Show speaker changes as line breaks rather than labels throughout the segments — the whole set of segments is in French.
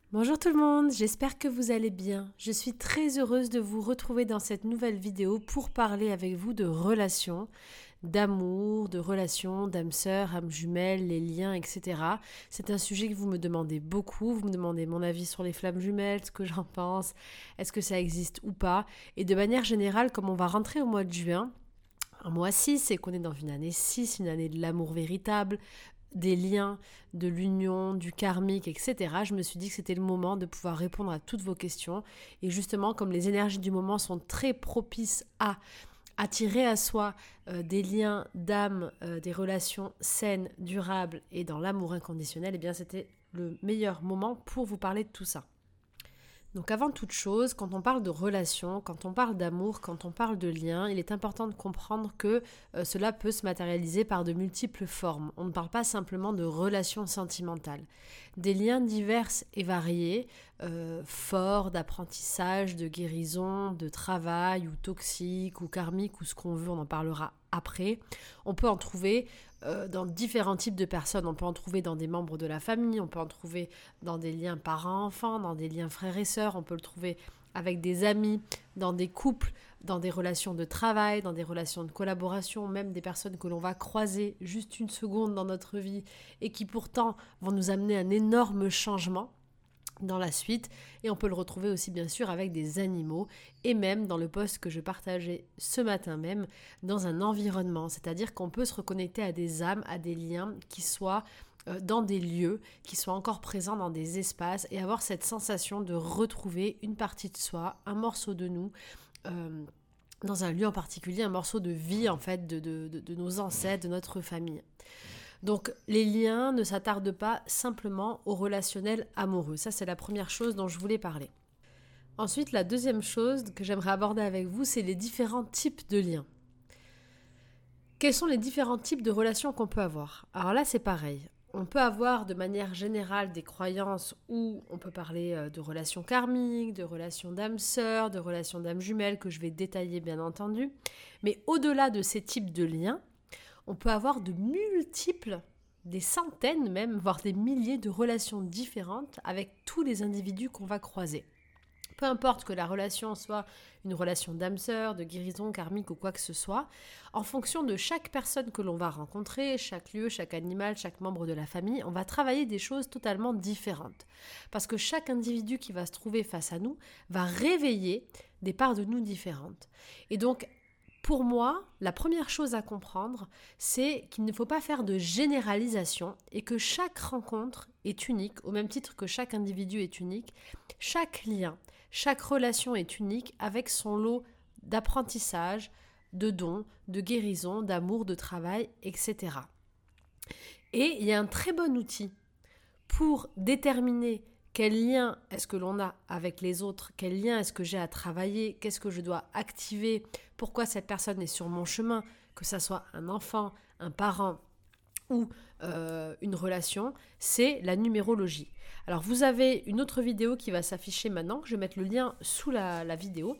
Bonjour tout le monde, j'espère que vous allez bien. Je suis très heureuse de vous retrouver dans cette nouvelle vidéo pour parler avec vous de relations, d'amour, de relations, d'âme sœur, âme jumelle, les liens, etc. C'est un sujet que vous me demandez beaucoup, vous me demandez mon avis sur les flammes jumelles, ce que j'en pense, est-ce que ça existe ou pas. Et de manière générale, comme on va rentrer au mois de juin, un mois 6 et qu'on est dans une année 6, une année de l'amour véritable, des liens, de l'union, du karmique, etc., je me suis dit que c'était le moment de pouvoir répondre à toutes vos questions. Et justement, comme les énergies du moment sont très propices à attirer à soi des liens d'âme, des relations saines, durables et dans l'amour inconditionnel, eh bien c'était le meilleur moment pour vous parler de tout ça. Donc avant toute chose, quand on parle de relation, quand on parle d'amour, quand on parle de lien, il est important de comprendre que cela peut se matérialiser par de multiples formes. On ne parle pas simplement de relations sentimentales. Des liens divers et variés, forts, d'apprentissage, de guérison, de travail, ou toxiques, ou karmiques, ou ce qu'on veut, on en parlera après. On peut en trouver dans différents types de personnes. On peut en trouver dans des membres de la famille, on peut en trouver dans des liens parents-enfants, dans des liens frères et sœurs, on peut le trouver avec des amis, dans des couples, dans des relations de travail, dans des relations de collaboration, même des personnes que l'on va croiser juste une seconde dans notre vie et qui pourtant vont nous amener un énorme changement dans la suite. Et on peut le retrouver aussi bien sûr avec des animaux et même dans le post que je partageais ce matin même dans un environnement, c'est-à-dire qu'on peut se reconnecter à des âmes, à des liens qui soient dans des lieux, qui soient encore présents dans des espaces et avoir cette sensation de retrouver une partie de soi, un morceau de nous dans un lieu en particulier, un morceau de vie en fait de nos ancêtres, de notre famille. Donc les liens ne s'attardent pas simplement au relationnel amoureux. Ça, c'est la première chose dont je voulais parler. Ensuite, la deuxième chose que j'aimerais aborder avec vous, c'est les différents types de liens. Quels sont les différents types de relations qu'on peut avoir ? Alors là, c'est pareil. On peut avoir de manière générale des croyances où on peut parler de relations karmiques, de relations d'âme sœur, de relations d'âme jumelle que je vais détailler bien entendu. Mais au-delà de ces types de liens, on peut avoir de multiples, des centaines même, voire des milliers de relations différentes avec tous les individus qu'on va croiser. Peu importe que la relation soit une relation d'âme sœur, de guérison karmique ou quoi que ce soit, en fonction de chaque personne que l'on va rencontrer, chaque lieu, chaque animal, chaque membre de la famille, on va travailler des choses totalement différentes. Parce que chaque individu qui va se trouver face à nous va réveiller des parts de nous différentes. Et donc, pour moi, la première chose à comprendre, c'est qu'il ne faut pas faire de généralisation et que chaque rencontre est unique, au même titre que chaque individu est unique, chaque lien, chaque relation est unique avec son lot d'apprentissage, de dons, de guérison, d'amour, de travail, etc. Et il y a un très bon outil pour déterminer quel lien est-ce que l'on a avec les autres, quel lien est-ce que j'ai à travailler, qu'est-ce que je dois activer, pourquoi cette personne est sur mon chemin, que ça soit un enfant, un parent ou une relation, c'est la numérologie. Alors vous avez une autre vidéo qui va s'afficher maintenant, je vais mettre le lien sous la vidéo.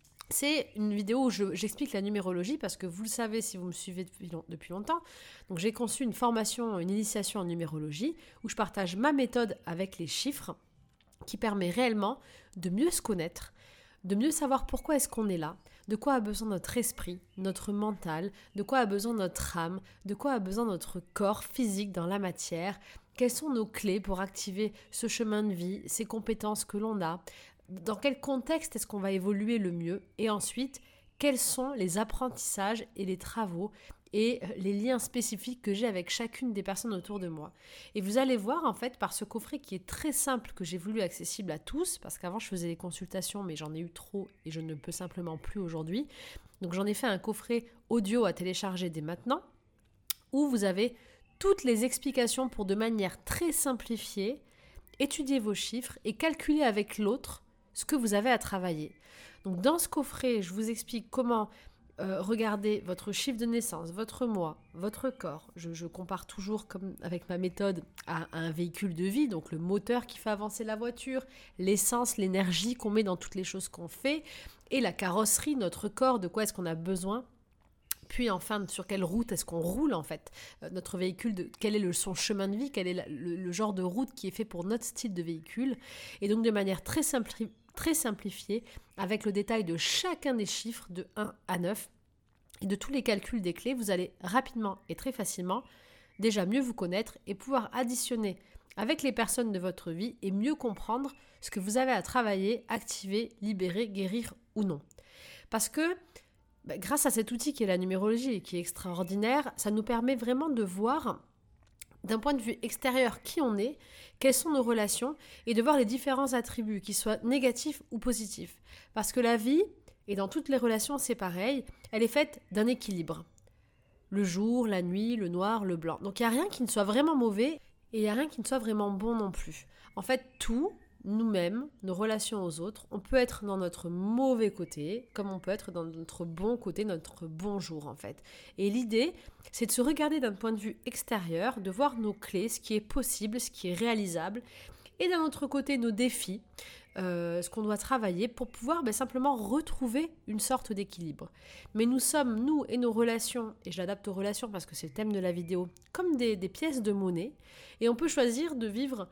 C'est une vidéo où j'explique la numérologie parce que vous le savez si vous me suivez depuis longtemps. Donc j'ai conçu une formation, une initiation en numérologie où je partage ma méthode avec les chiffres qui permet réellement de mieux se connaître, de mieux savoir pourquoi est-ce qu'on est là, de quoi a besoin notre esprit, notre mental, de quoi a besoin notre âme, de quoi a besoin notre corps physique dans la matière, quelles sont nos clés pour activer ce chemin de vie, ces compétences que l'on a, dans quel contexte est-ce qu'on va évoluer le mieux et ensuite, quels sont les apprentissages et les travaux et les liens spécifiques que j'ai avec chacune des personnes autour de moi. Et vous allez voir en fait par ce coffret qui est très simple que j'ai voulu accessible à tous parce qu'avant je faisais les consultations mais j'en ai eu trop et je ne peux simplement plus aujourd'hui. Donc j'en ai fait un coffret audio à télécharger dès maintenant où vous avez toutes les explications pour de manière très simplifiée étudier vos chiffres et calculer avec l'autre ce que vous avez à travailler. Donc dans ce coffret, je vous explique comment regarder votre chiffre de naissance, votre mois, votre corps. Je compare toujours comme avec ma méthode à un véhicule de vie, donc le moteur qui fait avancer la voiture, l'essence, l'énergie qu'on met dans toutes les choses qu'on fait, et la carrosserie, notre corps, de quoi est-ce qu'on a besoin Puis enfin, sur quelle route est-ce qu'on roule en fait notre véhicule, quel est son chemin de vie, quel est le genre de route qui est fait pour notre style de véhicule. Et donc de manière très simplifiée, avec le détail de chacun des chiffres de 1 à 9 et de tous les calculs des clés, vous allez rapidement et très facilement déjà mieux vous connaître et pouvoir additionner avec les personnes de votre vie et mieux comprendre ce que vous avez à travailler, activer, libérer, guérir ou non. Parce que grâce à cet outil qui est la numérologie et qui est extraordinaire, ça nous permet vraiment de voir d'un point de vue extérieur qui on est, quelles sont nos relations et de voir les différents attributs, qu'ils soient négatifs ou positifs. Parce que la vie, et dans toutes les relations c'est pareil, elle est faite d'un équilibre. Le jour, la nuit, le noir, le blanc. Donc il n'y a rien qui ne soit vraiment mauvais et il n'y a rien qui ne soit vraiment bon non plus. En fait, tout, nous-mêmes, nos relations aux autres, on peut être dans notre mauvais côté, comme on peut être dans notre bon côté, notre bon jour en fait. Et l'idée, c'est de se regarder d'un point de vue extérieur, de voir nos clés, ce qui est possible, ce qui est réalisable, et d'un autre côté, nos défis, ce qu'on doit travailler pour pouvoir simplement retrouver une sorte d'équilibre. Mais nous sommes, nous et nos relations, et je l'adapte aux relations parce que c'est le thème de la vidéo, comme des pièces de monnaie, et on peut choisir de vivre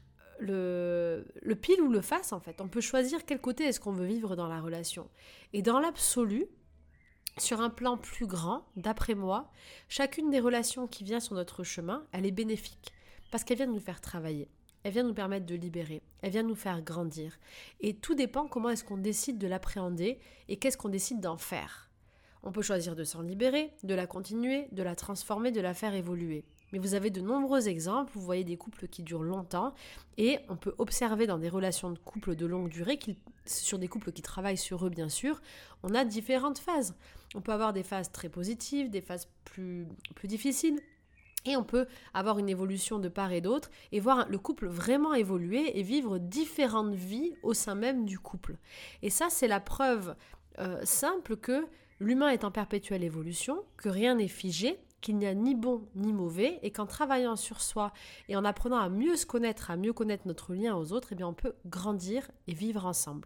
le pile ou le face en fait. On peut choisir quel côté est-ce qu'on veut vivre dans la relation. Et dans l'absolu, sur un plan plus grand, d'après moi, chacune des relations qui vient sur notre chemin, elle est bénéfique parce qu'elle vient de nous faire travailler. Elle vient nous permettre de libérer, elle vient nous faire grandir. Et tout dépend comment est-ce qu'on décide de l'appréhender et qu'est-ce qu'on décide d'en faire. On peut choisir de s'en libérer, de la continuer, de la transformer, de la faire évoluer. Mais vous avez de nombreux exemples, vous voyez des couples qui durent longtemps et on peut observer dans des relations de couple de longue durée, sur des couples qui travaillent sur eux bien sûr, on a différentes phases. On peut avoir des phases très positives, des phases plus difficiles. Et on peut avoir une évolution de part et d'autre et voir le couple vraiment évoluer et vivre différentes vies au sein même du couple. Et ça, c'est la preuve simple que l'humain est en perpétuelle évolution, que rien n'est figé, qu'il n'y a ni bon ni mauvais et qu'en travaillant sur soi et en apprenant à mieux se connaître, à mieux connaître notre lien aux autres, on peut grandir et vivre ensemble.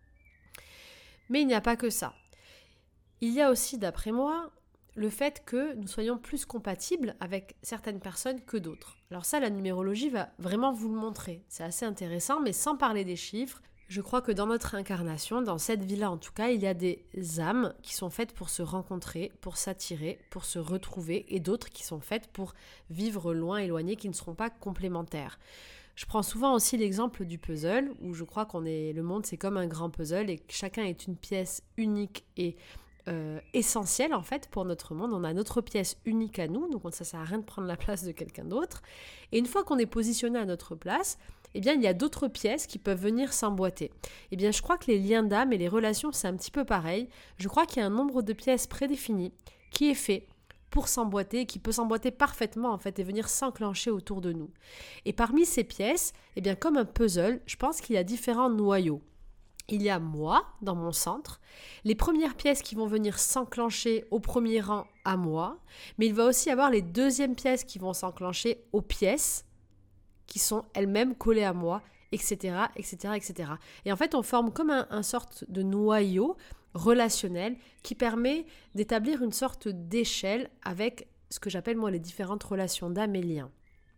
Mais il n'y a pas que ça. Il y a aussi, d'après moi, le fait que nous soyons plus compatibles avec certaines personnes que d'autres. Alors ça, la numérologie va vraiment vous le montrer. C'est assez intéressant, mais sans parler des chiffres, je crois que dans notre incarnation, dans cette vie-là en tout cas, il y a des âmes qui sont faites pour se rencontrer, pour s'attirer, pour se retrouver, et d'autres qui sont faites pour vivre loin, éloignées, qui ne seront pas complémentaires. Je prends souvent aussi l'exemple du puzzle, où je crois le monde c'est comme un grand puzzle, et que chacun est une pièce unique et essentielle en fait pour notre monde. On a notre pièce unique à nous, donc ça sert à rien de prendre la place de quelqu'un d'autre. Et une fois qu'on est positionné à notre place, il y a d'autres pièces qui peuvent venir s'emboîter. Je crois que les liens d'âme et les relations, c'est un petit peu pareil. Je crois qu'il y a un nombre de pièces prédéfinies qui est fait pour s'emboîter, qui peut s'emboîter parfaitement en fait et venir s'enclencher autour de nous. Et parmi ces pièces, comme un puzzle, je pense qu'il y a différents noyaux. Il y a moi, dans mon centre, les premières pièces qui vont venir s'enclencher au premier rang à moi, mais il va aussi y avoir les deuxièmes pièces qui vont s'enclencher aux pièces qui sont elles-mêmes collées à moi, etc., etc., etc. Et en fait, on forme comme un sorte de noyau relationnel qui permet d'établir une sorte d'échelle avec ce que j'appelle moi les différentes relations d'âme et liens.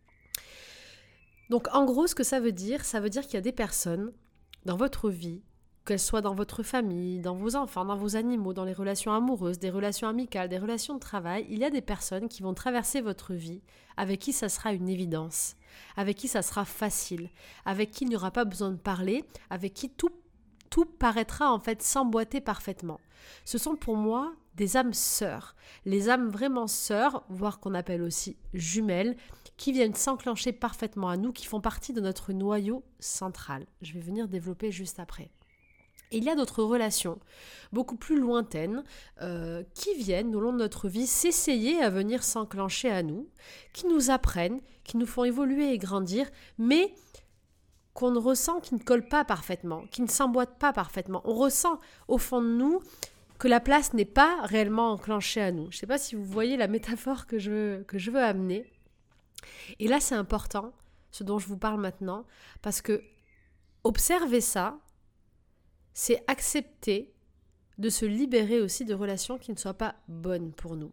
Donc en gros, ce que ça veut dire qu'il y a des personnes dans votre vie, qu'elles soient dans votre famille, dans vos enfants, dans vos animaux, dans les relations amoureuses, des relations amicales, des relations de travail, il y a des personnes qui vont traverser votre vie, avec qui ça sera une évidence, avec qui ça sera facile, avec qui il n'y aura pas besoin de parler, avec qui tout paraîtra en fait s'emboîter parfaitement. Ce sont pour moi des âmes sœurs, les âmes vraiment sœurs, voire qu'on appelle aussi jumelles, qui viennent s'enclencher parfaitement à nous, qui font partie de notre noyau central. Je vais venir développer juste après. Et il y a d'autres relations, beaucoup plus lointaines, qui viennent au long de notre vie s'essayer à venir s'enclencher à nous, qui nous apprennent, qui nous font évoluer et grandir, mais qu'on ressent qui ne collent pas parfaitement, qui ne s'emboîtent pas parfaitement. On ressent au fond de nous que la place n'est pas réellement enclenchée à nous. Je ne sais pas si vous voyez la métaphore que je veux amener. Et là, c'est important, ce dont je vous parle maintenant, parce que observer ça, c'est accepter de se libérer aussi de relations qui ne soient pas bonnes pour nous.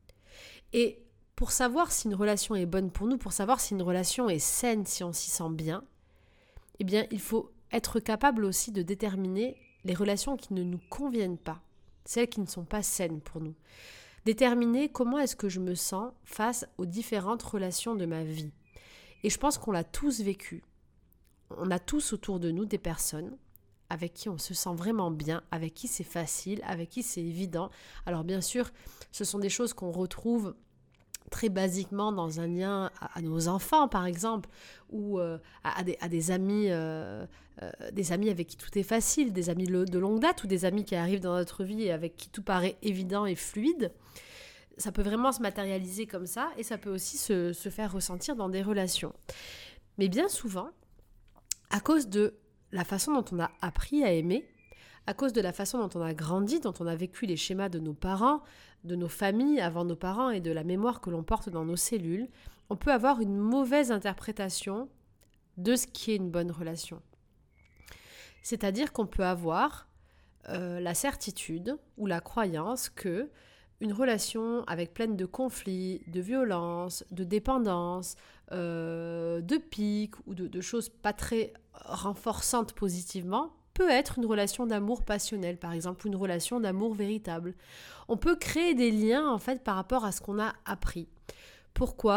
Et pour savoir si une relation est bonne pour nous, pour savoir si une relation est saine, si on s'y sent bien, eh bien, il faut être capable aussi de déterminer les relations qui ne nous conviennent pas, celles qui ne sont pas saines pour nous. Déterminer comment est-ce que je me sens face aux différentes relations de ma vie. Et je pense qu'on l'a tous vécu. On a tous autour de nous des personnes avec qui on se sent vraiment bien, avec qui c'est facile, avec qui c'est évident. Alors bien sûr, ce sont des choses qu'on retrouve très basiquement dans un lien à nos enfants, par exemple, ou à des amis avec qui tout est facile, des amis de longue date ou des amis qui arrivent dans notre vie et avec qui tout paraît évident et fluide. Ça peut vraiment se matérialiser comme ça et ça peut aussi se faire ressentir dans des relations. Mais bien souvent, à cause de la façon dont on a appris à aimer, à cause de la façon dont on a grandi, dont on a vécu les schémas de nos parents, de nos familles avant nos parents et de la mémoire que l'on porte dans nos cellules, on peut avoir une mauvaise interprétation de ce qui est une bonne relation. C'est-à-dire qu'on peut avoir la certitude ou la croyance que une relation avec pleine de conflits, de violences, de dépendance, de piques ou de choses pas très renforçantes positivement peut être une relation d'amour passionnel, par exemple, ou une relation d'amour véritable. On peut créer des liens, en fait, par rapport à ce qu'on a appris. Pourquoi ?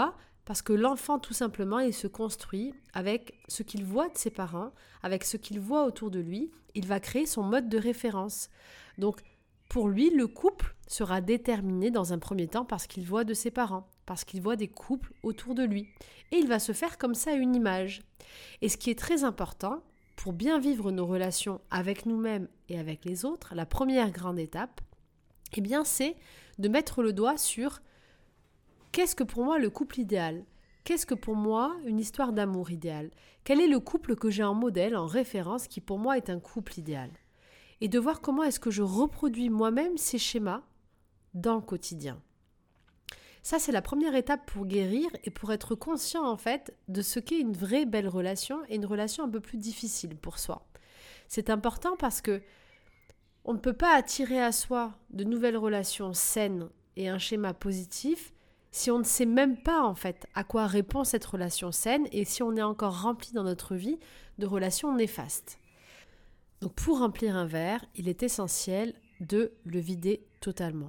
Parce que l'enfant, tout simplement, il se construit avec ce qu'il voit de ses parents, avec ce qu'il voit autour de lui. Il va créer son mode de référence. Donc, pour lui, le couple sera déterminé dans un premier temps parce qu'il voit de ses parents, parce qu'il voit des couples autour de lui. Et il va se faire comme ça une image. Et ce qui est très important, pour bien vivre nos relations avec nous-mêmes et avec les autres, la première grande étape, eh bien, c'est de mettre le doigt sur qu'est-ce que pour moi le couple idéal ? Qu'est-ce que pour moi une histoire d'amour idéale ? Quel est le couple que j'ai en modèle, en référence, qui pour moi est un couple idéal ? Et de voir comment est-ce que je reproduis moi-même ces schémas dans le quotidien. Ça, c'est la première étape pour guérir et pour être conscient, en fait, de ce qu'est une vraie belle relation et une relation un peu plus difficile pour soi. C'est important parce que on ne peut pas attirer à soi de nouvelles relations saines et un schéma positif si on ne sait même pas, en fait, à quoi répond cette relation saine et si on est encore rempli dans notre vie de relations néfastes. Donc, pour remplir un verre, il est essentiel de le vider totalement.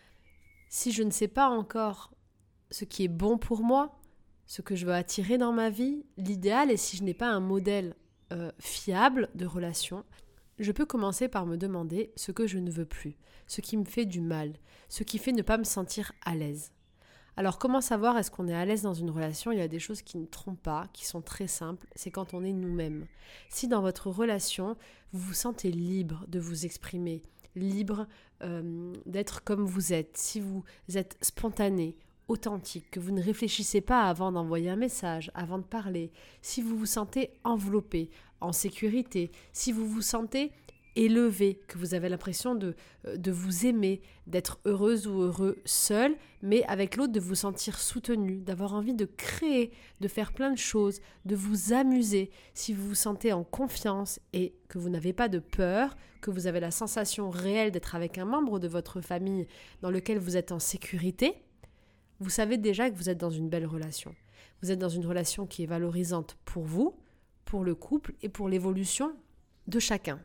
Si je ne sais pas encore ce qui est bon pour moi, ce que je veux attirer dans ma vie, l'idéal, et si je n'ai pas un modèle fiable de relation, je peux commencer par me demander ce que je ne veux plus, ce qui me fait du mal, ce qui fait ne pas me sentir à l'aise. Alors comment savoir est-ce qu'on est à l'aise dans une relation ? Il y a des choses qui ne trompent pas, qui sont très simples, c'est quand on est nous-mêmes. Si dans votre relation, vous vous sentez libre de vous exprimer, libre d'être comme vous êtes, si vous êtes spontané, authentique, que vous ne réfléchissez pas avant d'envoyer un message, avant de parler, si vous vous sentez enveloppé, en sécurité, si vous vous sentez élevé, que vous avez l'impression de vous aimer, d'être heureuse ou heureux seul, mais avec l'autre de vous sentir soutenu, d'avoir envie de créer, de faire plein de choses, de vous amuser, si vous vous sentez en confiance et que vous n'avez pas de peur, que vous avez la sensation réelle d'être avec un membre de votre famille dans lequel vous êtes en sécurité, vous savez déjà que vous êtes dans une belle relation. Vous êtes dans une relation qui est valorisante pour vous, pour le couple et pour l'évolution de chacun.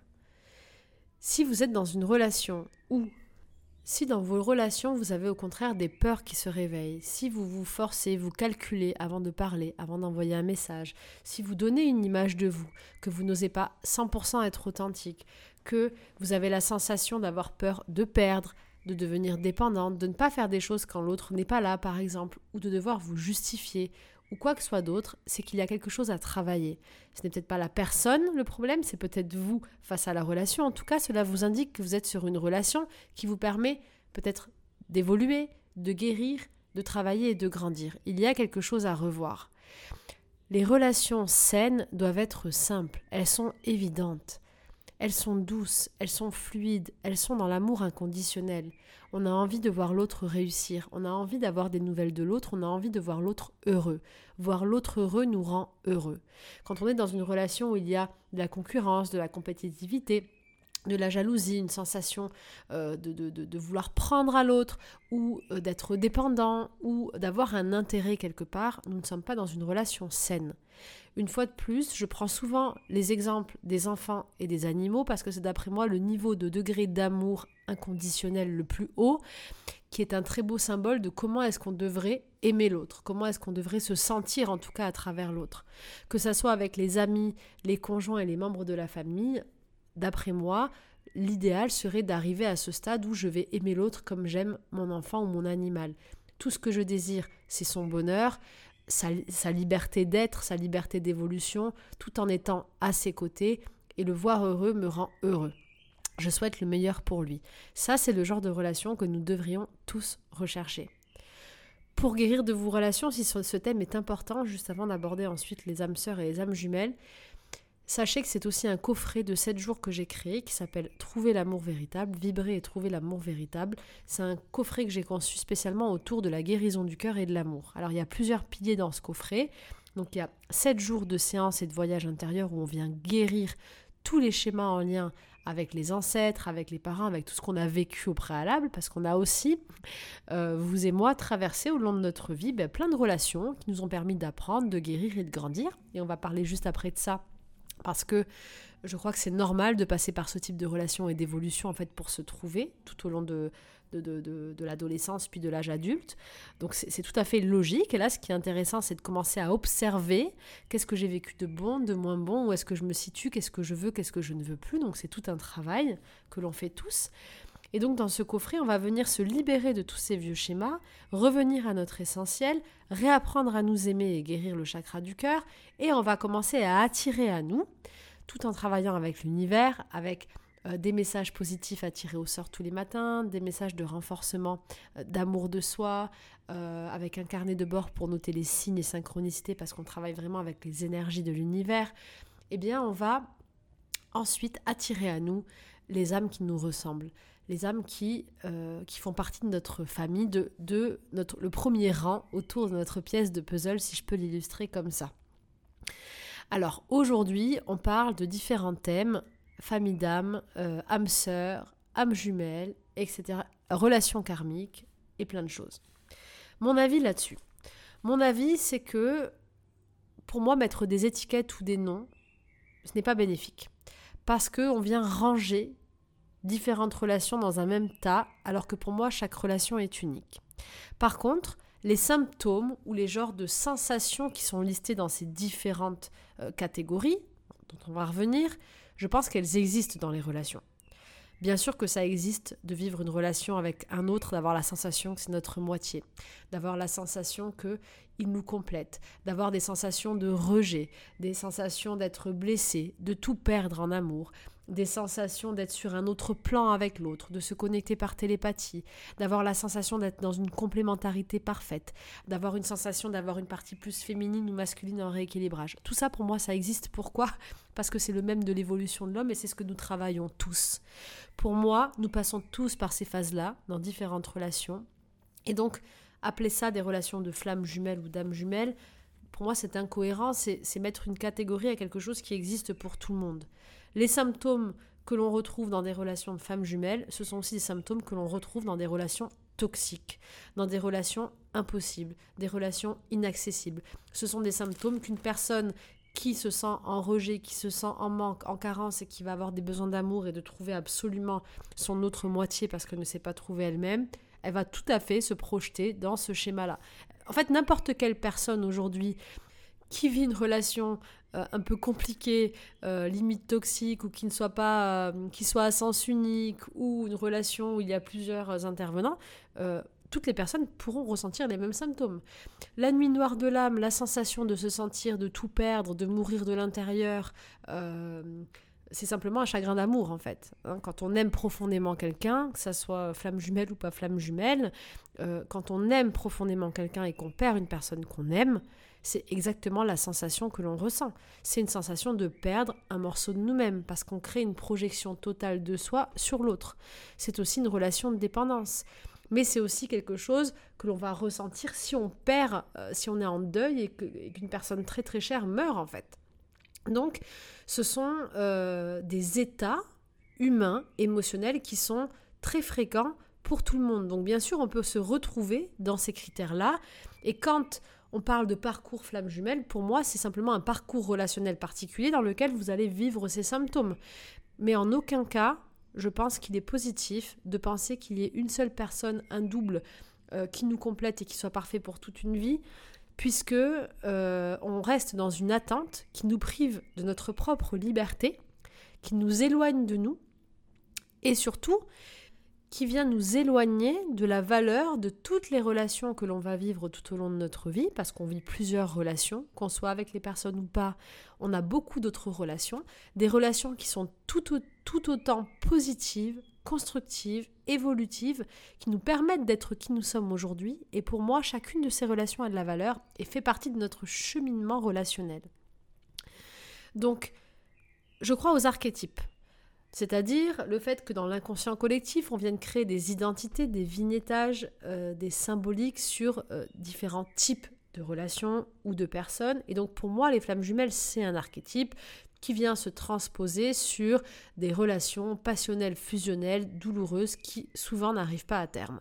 Si vous êtes dans une relation ou si dans vos relations vous avez au contraire des peurs qui se réveillent, si vous vous forcez, vous calculez avant de parler, avant d'envoyer un message, si vous donnez une image de vous, que vous n'osez pas 100% être authentique, que vous avez la sensation d'avoir peur de perdre, de devenir dépendante, de ne pas faire des choses quand l'autre n'est pas là par exemple, ou de devoir vous justifier, ou quoi que ce soit d'autre, c'est qu'il y a quelque chose à travailler. Ce n'est peut-être pas la personne le problème, c'est peut-être vous face à la relation. En tout cas, cela vous indique que vous êtes sur une relation qui vous permet peut-être d'évoluer, de guérir, de travailler et de grandir. Il y a quelque chose à revoir. Les relations saines doivent être simples, elles sont évidentes. Elles sont douces, elles sont fluides, elles sont dans l'amour inconditionnel. On a envie de voir l'autre réussir, on a envie d'avoir des nouvelles de l'autre, on a envie de voir l'autre heureux. Voir l'autre heureux nous rend heureux. Quand on est dans une relation où il y a de la concurrence, de la compétitivité, de la jalousie, une sensation de vouloir prendre à l'autre ou d'être dépendant ou d'avoir un intérêt quelque part, nous ne sommes pas dans une relation saine. Une fois de plus, je prends souvent les exemples des enfants et des animaux parce que c'est d'après moi le niveau de degré d'amour inconditionnel le plus haut, qui est un très beau symbole de comment est-ce qu'on devrait aimer l'autre, comment est-ce qu'on devrait se sentir en tout cas à travers l'autre. Que ça soit avec les amis, les conjoints et les membres de la famille, d'après moi, l'idéal serait d'arriver à ce stade où je vais aimer l'autre comme j'aime mon enfant ou mon animal. Tout ce que je désire, c'est son bonheur, sa liberté d'être, sa liberté d'évolution, tout en étant à ses côtés, et le voir heureux me rend heureux. Je souhaite le meilleur pour lui. Ça, c'est le genre de relation que nous devrions tous rechercher. Pour guérir de vos relations, si ce thème est important, juste avant d'aborder ensuite les âmes sœurs et les âmes jumelles, sachez que c'est aussi un coffret de 7 jours que j'ai créé qui s'appelle « Trouver l'amour véritable », vibrer et trouver l'amour véritable. C'est un coffret que j'ai conçu spécialement autour de la guérison du cœur et de l'amour. Alors il y a plusieurs piliers dans ce coffret. Donc il y a 7 jours de séances et de voyages intérieurs où on vient guérir tous les schémas en lien avec les ancêtres, avec les parents, avec tout ce qu'on a vécu au préalable, parce qu'on a aussi, vous et moi, traversé au long de notre vie plein de relations qui nous ont permis d'apprendre, de guérir et de grandir. Et on va parler juste après de ça, parce que je crois que c'est normal de passer par ce type de relation et d'évolution en fait pour se trouver tout au long de l'adolescence puis de l'âge adulte. Donc c'est tout à fait logique. Et là, ce qui est intéressant, c'est de commencer à observer qu'est-ce que j'ai vécu de bon, de moins bon, où est-ce que je me situe, qu'est-ce que je veux, qu'est-ce que je ne veux plus. Donc c'est tout un travail que l'on fait tous. Et donc dans ce coffret, on va venir se libérer de tous ces vieux schémas, revenir à notre essentiel, réapprendre à nous aimer et guérir le chakra du cœur, et on va commencer à attirer à nous, tout en travaillant avec l'univers, avec des messages positifs à tirer au sort tous les matins, des messages de renforcement, d'amour de soi, avec un carnet de bord pour noter les signes et synchronicités, parce qu'on travaille vraiment avec les énergies de l'univers. Eh bien, on va ensuite attirer à nous les âmes qui nous ressemblent. Les âmes qui font partie de notre famille, le premier rang autour de notre pièce de puzzle, si je peux l'illustrer comme ça. Alors aujourd'hui, on parle de différents thèmes, famille d'âmes, âmes sœurs, âmes jumelles, etc., relations karmiques et plein de choses. Mon avis là-dessus. Mon avis, c'est que pour moi, mettre des étiquettes ou des noms, ce n'est pas bénéfique. Parce qu'on vient ranger différentes relations dans un même tas, alors que pour moi, chaque relation est unique. Par contre, les symptômes ou les genres de sensations qui sont listés dans ces différentes catégories, dont on va revenir, je pense qu'elles existent dans les relations. Bien sûr que ça existe de vivre une relation avec un autre, d'avoir la sensation que c'est notre moitié, d'avoir la sensation qu'il nous complète, d'avoir des sensations de rejet, des sensations d'être blessé, de tout perdre en amour, des sensations d'être sur un autre plan avec l'autre, de se connecter par télépathie, d'avoir la sensation d'être dans une complémentarité parfaite, d'avoir une sensation d'avoir une partie plus féminine ou masculine en rééquilibrage. Tout ça, pour moi, ça existe. Pourquoi ? Parce que c'est le même de l'évolution de l'homme et c'est ce que nous travaillons tous. Pour moi, nous passons tous par ces phases-là, dans différentes relations. Et donc, appeler ça des relations de flammes jumelles ou d'âmes jumelles, pour moi, c'est incohérent, c'est mettre une catégorie à quelque chose qui existe pour tout le monde. Les symptômes que l'on retrouve dans des relations de femmes jumelles, ce sont aussi des symptômes que l'on retrouve dans des relations toxiques, dans des relations impossibles, des relations inaccessibles. Ce sont des symptômes qu'une personne qui se sent en rejet, qui se sent en manque, en carence et qui va avoir des besoins d'amour et de trouver absolument son autre moitié parce qu'elle ne s'est pas trouvée elle-même, elle va tout à fait se projeter dans ce schéma-là. En fait, n'importe quelle personne aujourd'hui qui vit une relation un peu compliquée, limite toxique, ou qui soit à sens unique, ou une relation où il y a plusieurs intervenants, toutes les personnes pourront ressentir les mêmes symptômes. La nuit noire de l'âme, la sensation de se sentir, de tout perdre, de mourir de l'intérieur, c'est simplement un chagrin d'amour en fait. Quand on aime profondément quelqu'un, que ça soit flamme jumelle ou pas flamme jumelle, quand on aime profondément quelqu'un et qu'on perd une personne qu'on aime, c'est exactement la sensation que l'on ressent. C'est une sensation de perdre un morceau de nous-mêmes parce qu'on crée une projection totale de soi sur l'autre. C'est aussi une relation de dépendance. Mais c'est aussi quelque chose que l'on va ressentir si on perd, si on est en deuil et qu'une personne très très chère meurt en fait. Donc, ce sont des états humains, émotionnels qui sont très fréquents pour tout le monde. Donc bien sûr, on peut se retrouver dans ces critères-là. Et quand on parle de parcours flamme jumelle, pour moi, c'est simplement un parcours relationnel particulier dans lequel vous allez vivre ces symptômes. Mais en aucun cas, je pense qu'il est positif de penser qu'il y ait une seule personne, un double, qui nous complète et qui soit parfait pour toute une vie, puisque on reste dans une attente qui nous prive de notre propre liberté, qui nous éloigne de nous, et surtout qui vient nous éloigner de la valeur de toutes les relations que l'on va vivre tout au long de notre vie, parce qu'on vit plusieurs relations, qu'on soit avec les personnes ou pas, on a beaucoup d'autres relations, des relations qui sont tout autant positives, constructives, évolutives, qui nous permettent d'être qui nous sommes aujourd'hui, et pour moi, chacune de ces relations a de la valeur et fait partie de notre cheminement relationnel. Donc, je crois aux archétypes. C'est-à-dire le fait que dans l'inconscient collectif, on vienne créer des identités, des vignettages, des symboliques sur différents types de relations ou de personnes. Et donc pour moi, les flammes jumelles, c'est un archétype qui vient se transposer sur des relations passionnelles, fusionnelles, douloureuses, qui souvent n'arrivent pas à terme.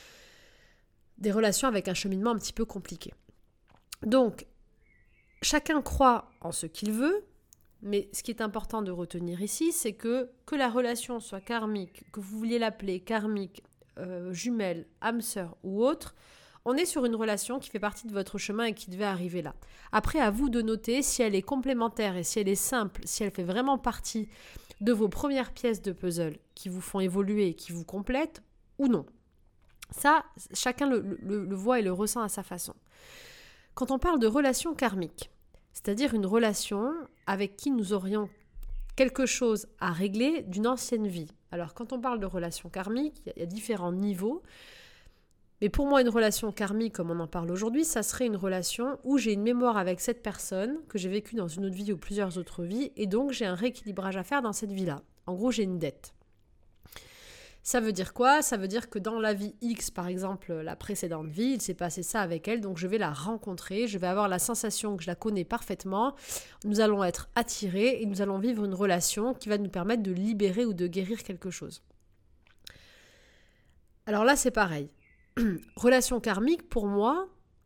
Des relations avec un cheminement un petit peu compliqué. Donc, chacun croit en ce qu'il veut. Mais ce qui est important de retenir ici, c'est que la relation soit karmique, que vous vouliez l'appeler karmique, jumelle, âme sœur ou autre, on est sur une relation qui fait partie de votre chemin et qui devait arriver là. Après, à vous de noter si elle est complémentaire et si elle est simple, si elle fait vraiment partie de vos premières pièces de puzzle qui vous font évoluer et qui vous complètent ou non. Ça, chacun le voit et le ressent à sa façon. Quand on parle de relation karmique, c'est-à-dire une relation avec qui nous aurions quelque chose à régler d'une ancienne vie. Alors, quand on parle de relation karmique, il y a différents niveaux. Mais pour moi, une relation karmique, comme on en parle aujourd'hui, ça serait une relation où j'ai une mémoire avec cette personne que j'ai vécue dans une autre vie ou plusieurs autres vies, et donc j'ai un rééquilibrage à faire dans cette vie-là. En gros, j'ai une dette. Ça veut dire quoi ? Ça veut dire que dans la vie X, par exemple, la précédente vie, il s'est passé ça avec elle, donc je vais la rencontrer, je vais avoir la sensation que je la connais parfaitement, nous allons être attirés et nous allons vivre une relation qui va nous permettre de libérer ou de guérir quelque chose. Alors là, c'est pareil. Relation karmique, pour moi,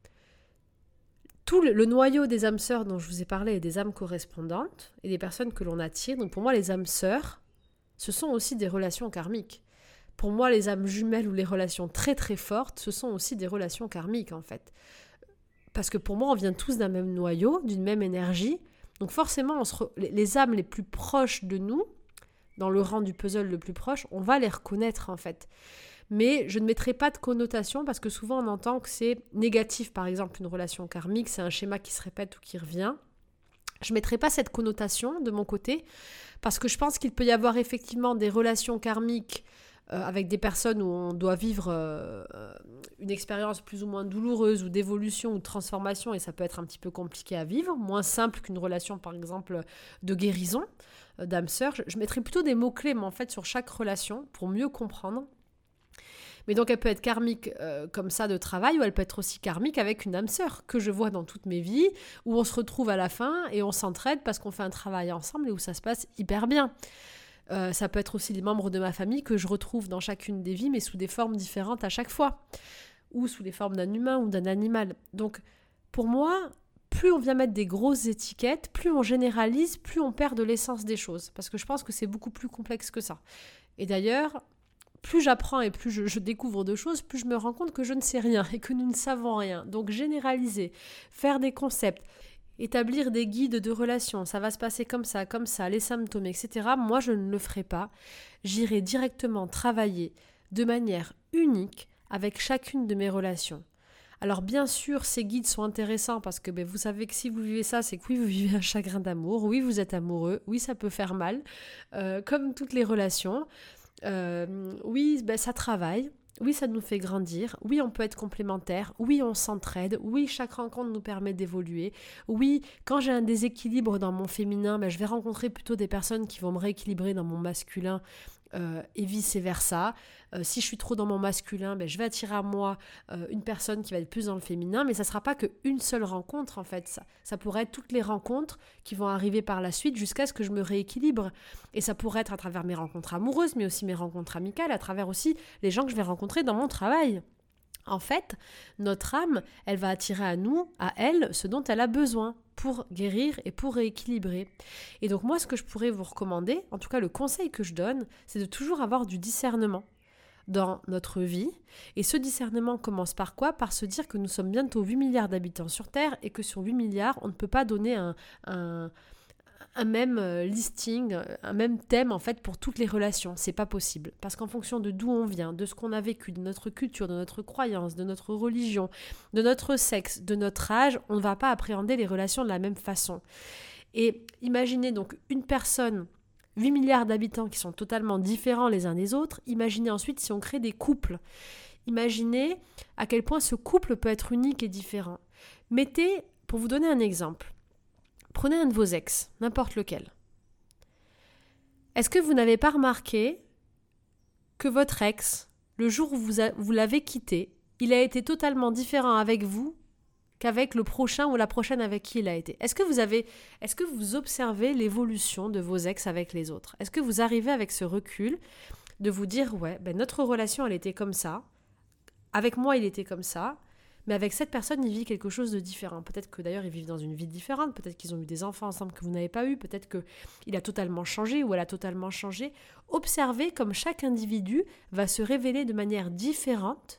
tout le noyau des âmes sœurs dont je vous ai parlé est des âmes correspondantes et des personnes que l'on attire. Donc pour moi, les âmes sœurs, ce sont aussi des relations karmiques. Pour moi, les âmes jumelles ou les relations très très fortes, ce sont aussi des relations karmiques en fait. Parce que pour moi, on vient tous d'un même noyau, d'une même énergie. Donc forcément, les âmes les plus proches de nous, dans le rang du puzzle le plus proche, on va les reconnaître en fait. Mais je ne mettrai pas de connotation parce que souvent on entend que c'est négatif. Par exemple, une relation karmique, c'est un schéma qui se répète ou qui revient. Je ne mettrai pas cette connotation de mon côté parce que je pense qu'il peut y avoir effectivement des relations karmiques avec des personnes où on doit vivre une expérience plus ou moins douloureuse ou d'évolution ou de transformation et ça peut être un petit peu compliqué à vivre, moins simple qu'une relation par exemple de guérison d'âme sœur. Je mettrai plutôt des mots-clés mais en fait sur chaque relation pour mieux comprendre. Mais donc elle peut être karmique comme ça de travail ou elle peut être aussi karmique avec une âme sœur que je vois dans toutes mes vies où on se retrouve à la fin et on s'entraide parce qu'on fait un travail ensemble et où ça se passe hyper bien. Ça peut être aussi les membres de ma famille que je retrouve dans chacune des vies mais sous des formes différentes à chaque fois ou sous les formes d'un humain ou d'un animal. Donc pour moi, plus on vient mettre des grosses étiquettes, plus on généralise, plus on perd de l'essence des choses parce que je pense que c'est beaucoup plus complexe que ça. Et d'ailleurs, plus j'apprends et plus je découvre de choses, plus je me rends compte que je ne sais rien et que nous ne savons rien. Donc généraliser, faire des concepts, établir des guides de relations, ça va se passer comme ça, les symptômes, etc. Moi, je ne le ferai pas. J'irai directement travailler de manière unique avec chacune de mes relations. Alors bien sûr, ces guides sont intéressants parce que vous savez que si vous vivez ça, c'est que oui, vous vivez un chagrin d'amour, oui, vous êtes amoureux, oui, ça peut faire mal, comme toutes les relations. Oui, ça travaille. Oui, ça nous fait grandir. Oui, on peut être complémentaires. Oui, on s'entraide. Oui, chaque rencontre nous permet d'évoluer. Oui, quand j'ai un déséquilibre dans mon féminin, je vais rencontrer plutôt des personnes qui vont me rééquilibrer dans mon masculin et vice-versa. Si je suis trop dans mon masculin, je vais attirer à moi une personne qui va être plus dans le féminin, mais ça ne sera pas qu'une seule rencontre en fait. Ça pourrait être toutes les rencontres qui vont arriver par la suite jusqu'à ce que je me rééquilibre. Et ça pourrait être à travers mes rencontres amoureuses, mais aussi mes rencontres amicales, à travers aussi les gens que je vais rencontrer dans mon travail. En fait, notre âme, elle va attirer à nous, à elle, ce dont elle a besoin pour guérir et pour rééquilibrer. Et donc moi, ce que je pourrais vous recommander, en tout cas le conseil que je donne, c'est de toujours avoir du discernement dans notre vie. Et ce discernement commence par quoi ? Par se dire que nous sommes bientôt 8 milliards d'habitants sur Terre et que sur 8 milliards, on ne peut pas donner un même listing, un même thème en fait pour toutes les relations. C'est pas possible. Parce qu'en fonction de d'où on vient, de ce qu'on a vécu, de notre culture, de notre croyance, de notre religion, de notre sexe, de notre âge, on ne va pas appréhender les relations de la même façon. Et imaginez donc une personne, 8 milliards d'habitants qui sont totalement différents les uns des autres. Imaginez ensuite si on crée des couples. Imaginez à quel point ce couple peut être unique et différent. Mettez, pour vous donner un exemple, prenez un de vos ex, n'importe lequel. Est-ce que vous n'avez pas remarqué que votre ex, le jour où vous l'avez quitté, il a été totalement différent avec vous qu'avec le prochain ou la prochaine avec qui il a été ? Est-ce que vous observez l'évolution de vos ex avec les autres ? Est-ce que vous arrivez avec ce recul de vous dire, notre relation, elle était comme ça, avec moi, il était comme ça, mais avec cette personne, il vit quelque chose de différent. Peut-être que d'ailleurs, ils vivent dans une vie différente. Peut-être qu'ils ont eu des enfants ensemble que vous n'avez pas eu. Peut-être qu'il a totalement changé ou elle a totalement changé. Observez comme chaque individu va se révéler de manière différente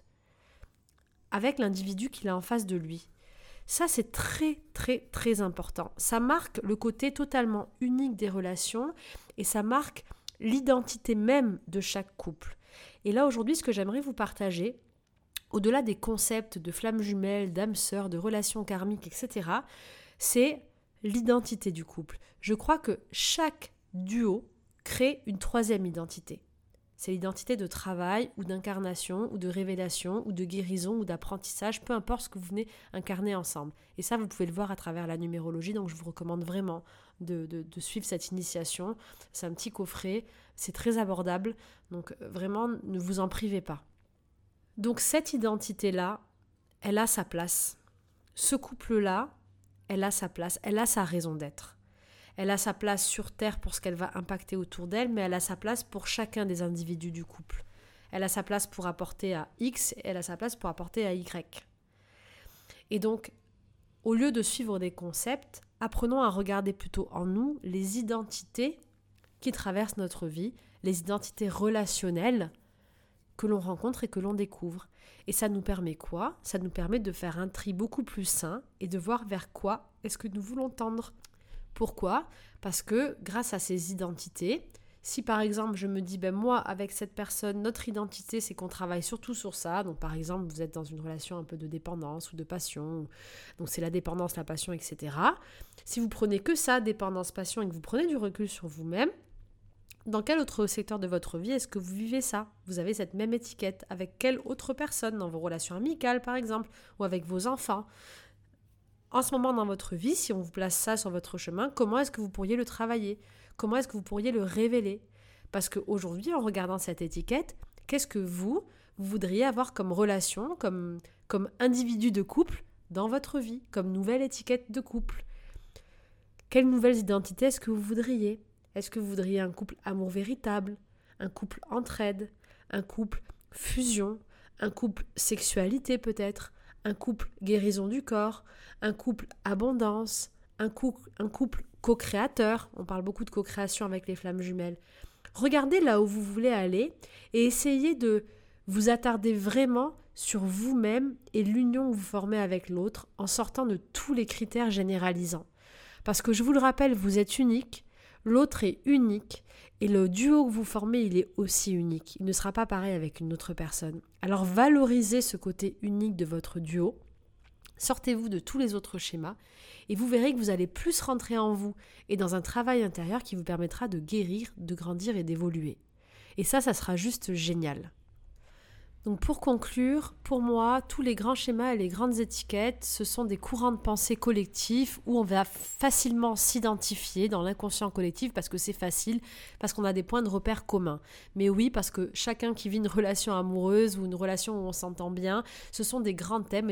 avec l'individu qu'il a en face de lui. Ça, c'est très, très, très important. Ça marque le côté totalement unique des relations et ça marque l'identité même de chaque couple. Et là, aujourd'hui, ce que j'aimerais vous partager, au-delà des concepts de flammes jumelles, d'âmes sœurs, de relations karmiques, etc., c'est l'identité du couple. Je crois que chaque duo crée une troisième identité. C'est l'identité de travail ou d'incarnation ou de révélation ou de guérison ou d'apprentissage, peu importe ce que vous venez incarner ensemble. Et ça, vous pouvez le voir à travers la numérologie, donc je vous recommande vraiment de suivre cette initiation. C'est un petit coffret, c'est très abordable, donc vraiment ne vous en privez pas. Donc cette identité-là, elle a sa place. Ce couple-là, elle a sa place, elle a sa raison d'être. Elle a sa place sur Terre pour ce qu'elle va impacter autour d'elle, mais elle a sa place pour chacun des individus du couple. Elle a sa place pour apporter à X, et elle a sa place pour apporter à Y. Et donc, au lieu de suivre des concepts, apprenons à regarder plutôt en nous les identités qui traversent notre vie, les identités relationnelles que l'on rencontre et que l'on découvre. Et ça nous permet quoi ? Ça nous permet de faire un tri beaucoup plus sain et de voir vers quoi est-ce que nous voulons tendre. Pourquoi ? Parce que grâce à ces identités, si par exemple je me dis, moi avec cette personne, notre identité c'est qu'on travaille surtout sur ça, donc par exemple vous êtes dans une relation un peu de dépendance ou de passion, donc c'est la dépendance, la passion, etc. Si vous prenez que ça, dépendance, passion, et que vous prenez du recul sur vous-même, dans quel autre secteur de votre vie est-ce que vous vivez ça ? Vous avez cette même étiquette. Avec quelle autre personne ? Dans vos relations amicales, par exemple, ou avec vos enfants. En ce moment dans votre vie, si on vous place ça sur votre chemin, comment est-ce que vous pourriez le travailler ? Comment est-ce que vous pourriez le révéler ? Parce qu'aujourd'hui, en regardant cette étiquette, qu'est-ce que vous voudriez avoir comme relation, comme individu de couple dans votre vie, comme nouvelle étiquette de couple ? Quelles nouvelles identités est-ce que vous voudriez ? Est-ce que vous voudriez un couple amour véritable, un couple entraide, un couple fusion, un couple sexualité peut-être, un couple guérison du corps, un couple abondance, un couple co-créateur, on parle beaucoup de co-création avec les flammes jumelles. Regardez là où vous voulez aller et essayez de vous attarder vraiment sur vous-même et l'union que vous formez avec l'autre en sortant de tous les critères généralisants. Parce que je vous le rappelle, vous êtes unique, l'autre est unique et le duo que vous formez, il est aussi unique. Il ne sera pas pareil avec une autre personne. Alors valorisez ce côté unique de votre duo, sortez-vous de tous les autres schémas et vous verrez que vous allez plus rentrer en vous et dans un travail intérieur qui vous permettra de guérir, de grandir et d'évoluer. Et ça sera juste génial. Donc pour conclure, pour moi, tous les grands schémas et les grandes étiquettes, ce sont des courants de pensée collectifs où on va facilement s'identifier dans l'inconscient collectif parce que c'est facile, parce qu'on a des points de repère communs. Mais oui, parce que chacun qui vit une relation amoureuse ou une relation où on s'entend bien, ce sont des grands thèmes et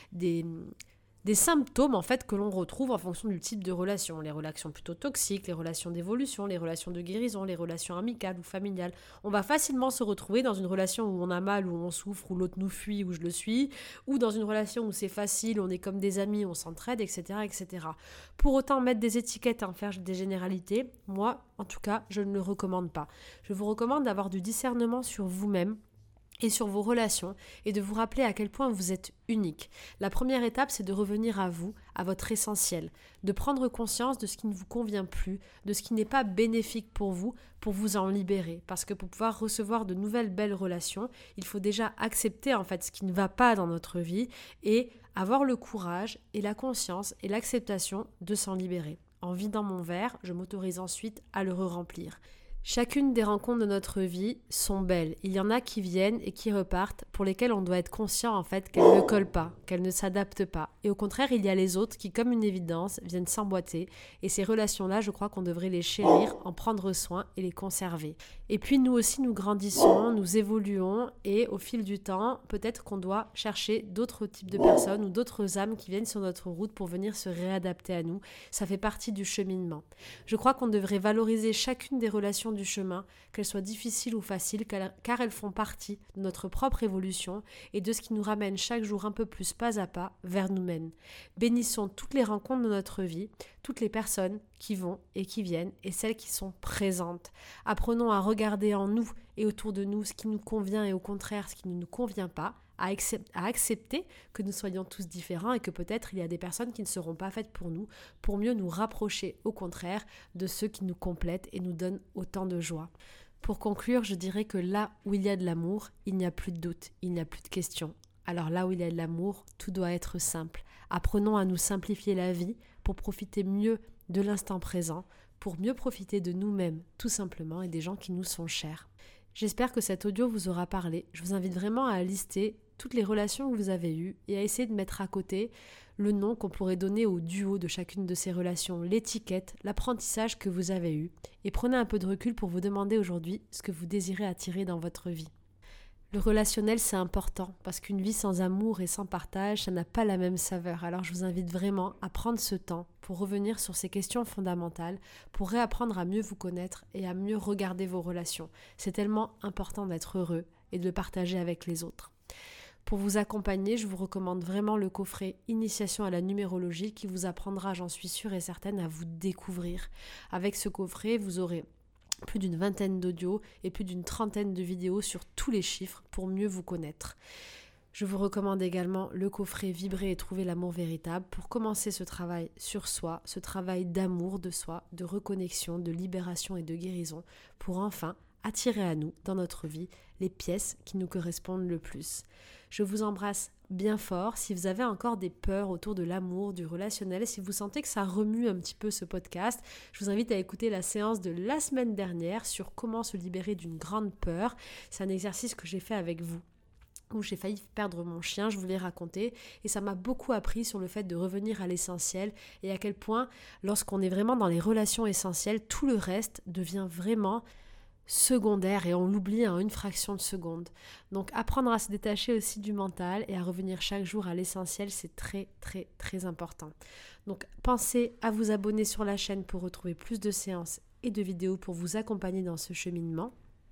des symptômes en fait que l'on retrouve en fonction du type de relation. Les relations plutôt toxiques, les relations d'évolution, les relations de guérison, les relations amicales ou familiales. On va facilement se retrouver dans une relation où on a mal, où on souffre, où l'autre nous fuit, où je le suis, ou dans une relation où c'est facile, on est comme des amis, on s'entraide, etc., etc. Pour autant, mettre des étiquettes et en faire des généralités, moi, en tout cas, je ne le recommande pas. Je vous recommande d'avoir du discernement sur vous-même et sur vos relations, et de vous rappeler à quel point vous êtes unique. La première étape, c'est de revenir à vous, à votre essentiel, de prendre conscience de ce qui ne vous convient plus, de ce qui n'est pas bénéfique pour vous en libérer. Parce que pour pouvoir recevoir de nouvelles belles relations, il faut déjà accepter en fait ce qui ne va pas dans notre vie et avoir le courage et la conscience et l'acceptation de s'en libérer. En vidant mon verre, je m'autorise ensuite à le re-remplir. Chacune des rencontres de notre vie sont belles. Il y en a qui viennent et qui repartent, pour lesquelles on doit être conscient en fait qu'elles ne collent pas, qu'elles ne s'adaptent pas. Et au contraire, il y a les autres qui, comme une évidence, viennent s'emboîter. Et ces relations-là, je crois qu'on devrait les chérir, en prendre soin et les conserver. Et puis nous aussi, nous grandissons, nous évoluons et au fil du temps, peut-être qu'on doit chercher d'autres types de personnes ou d'autres âmes qui viennent sur notre route pour venir se réadapter à nous. Ça fait partie du cheminement. Je crois qu'on devrait valoriser chacune des relations du chemin, qu'elles soient difficiles ou faciles, car elles font partie de notre propre évolution et de ce qui nous ramène chaque jour un peu plus pas à pas vers nous-mêmes. Bénissons toutes les rencontres de notre vie, toutes les personnes qui vont et qui viennent et celles qui sont présentes. Apprenons à regarder en nous et autour de nous ce qui nous convient et au contraire ce qui ne nous convient pas, à accepter que nous soyons tous différents et que peut-être il y a des personnes qui ne seront pas faites pour nous, pour mieux nous rapprocher au contraire de ceux qui nous complètent et nous donnent autant de joie. Pour conclure, je dirais que là où il y a de l'amour, il n'y a plus de doute, il n'y a plus de questions. Alors là où il y a de l'amour, tout doit être simple. Apprenons à nous simplifier la vie pour profiter mieux de l'instant présent, pour mieux profiter de nous-mêmes tout simplement et des gens qui nous sont chers. J'espère que cet audio vous aura parlé. Je vous invite vraiment à lister toutes les relations que vous avez eues et à essayer de mettre à côté le nom qu'on pourrait donner au duo de chacune de ces relations, l'étiquette, l'apprentissage que vous avez eu. Et prenez un peu de recul pour vous demander aujourd'hui ce que vous désirez attirer dans votre vie. Le relationnel, c'est important parce qu'une vie sans amour et sans partage, ça n'a pas la même saveur. Alors je vous invite vraiment à prendre ce temps pour revenir sur ces questions fondamentales, pour réapprendre à mieux vous connaître et à mieux regarder vos relations. C'est tellement important d'être heureux et de le partager avec les autres. Pour vous accompagner, je vous recommande vraiment le coffret Initiation à la numérologie qui vous apprendra, j'en suis sûre et certaine, à vous découvrir. Avec ce coffret, vous aurez plus d'une 20aine d'audios et plus d'une 30aine de vidéos sur tous les chiffres pour mieux vous connaître. Je vous recommande également le coffret Vibrer et trouver l'amour véritable pour commencer ce travail sur soi, ce travail d'amour de soi, de reconnexion, de libération et de guérison pour enfin attirer à nous, dans notre vie, les pièces qui nous correspondent le plus. Je vous embrasse bien fort. Si vous avez encore des peurs autour de l'amour, du relationnel, si vous sentez que ça remue un petit peu ce podcast, je vous invite à écouter la séance de la semaine dernière sur comment se libérer d'une grande peur. C'est un exercice que j'ai fait avec vous, où j'ai failli perdre mon chien, je vous l'ai raconté, et ça m'a beaucoup appris sur le fait de revenir à l'essentiel et à quel point, lorsqu'on est vraiment dans les relations essentielles, tout le reste devient vraiment secondaire et on l'oublie en une fraction de seconde. Donc apprendre à se détacher aussi du mental et à revenir chaque jour à l'essentiel, c'est très très très important. Donc pensez à vous abonner sur la chaîne pour retrouver plus de séances et de vidéos pour vous accompagner dans ce cheminement.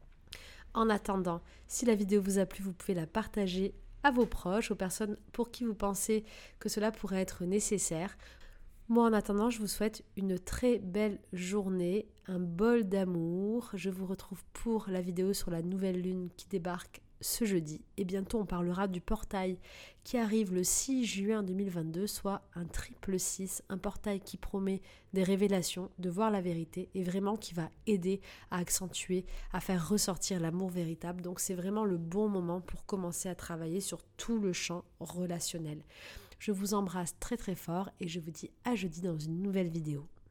En attendant, si la vidéo vous a plu, vous pouvez la partager à vos proches, aux personnes pour qui vous pensez que cela pourrait être nécessaire. Moi, en attendant, je vous souhaite une très belle journée, un bol d'amour. Je vous retrouve pour la vidéo sur la nouvelle lune qui débarque ce jeudi. Et bientôt, on parlera du portail qui arrive le 6 juin 2022, soit un triple 6, un portail qui promet des révélations, de voir la vérité et vraiment qui va aider à accentuer, à faire ressortir l'amour véritable. Donc, c'est vraiment le bon moment pour commencer à travailler sur tout le champ relationnel. Je vous embrasse très très fort et je vous dis à jeudi dans une nouvelle vidéo.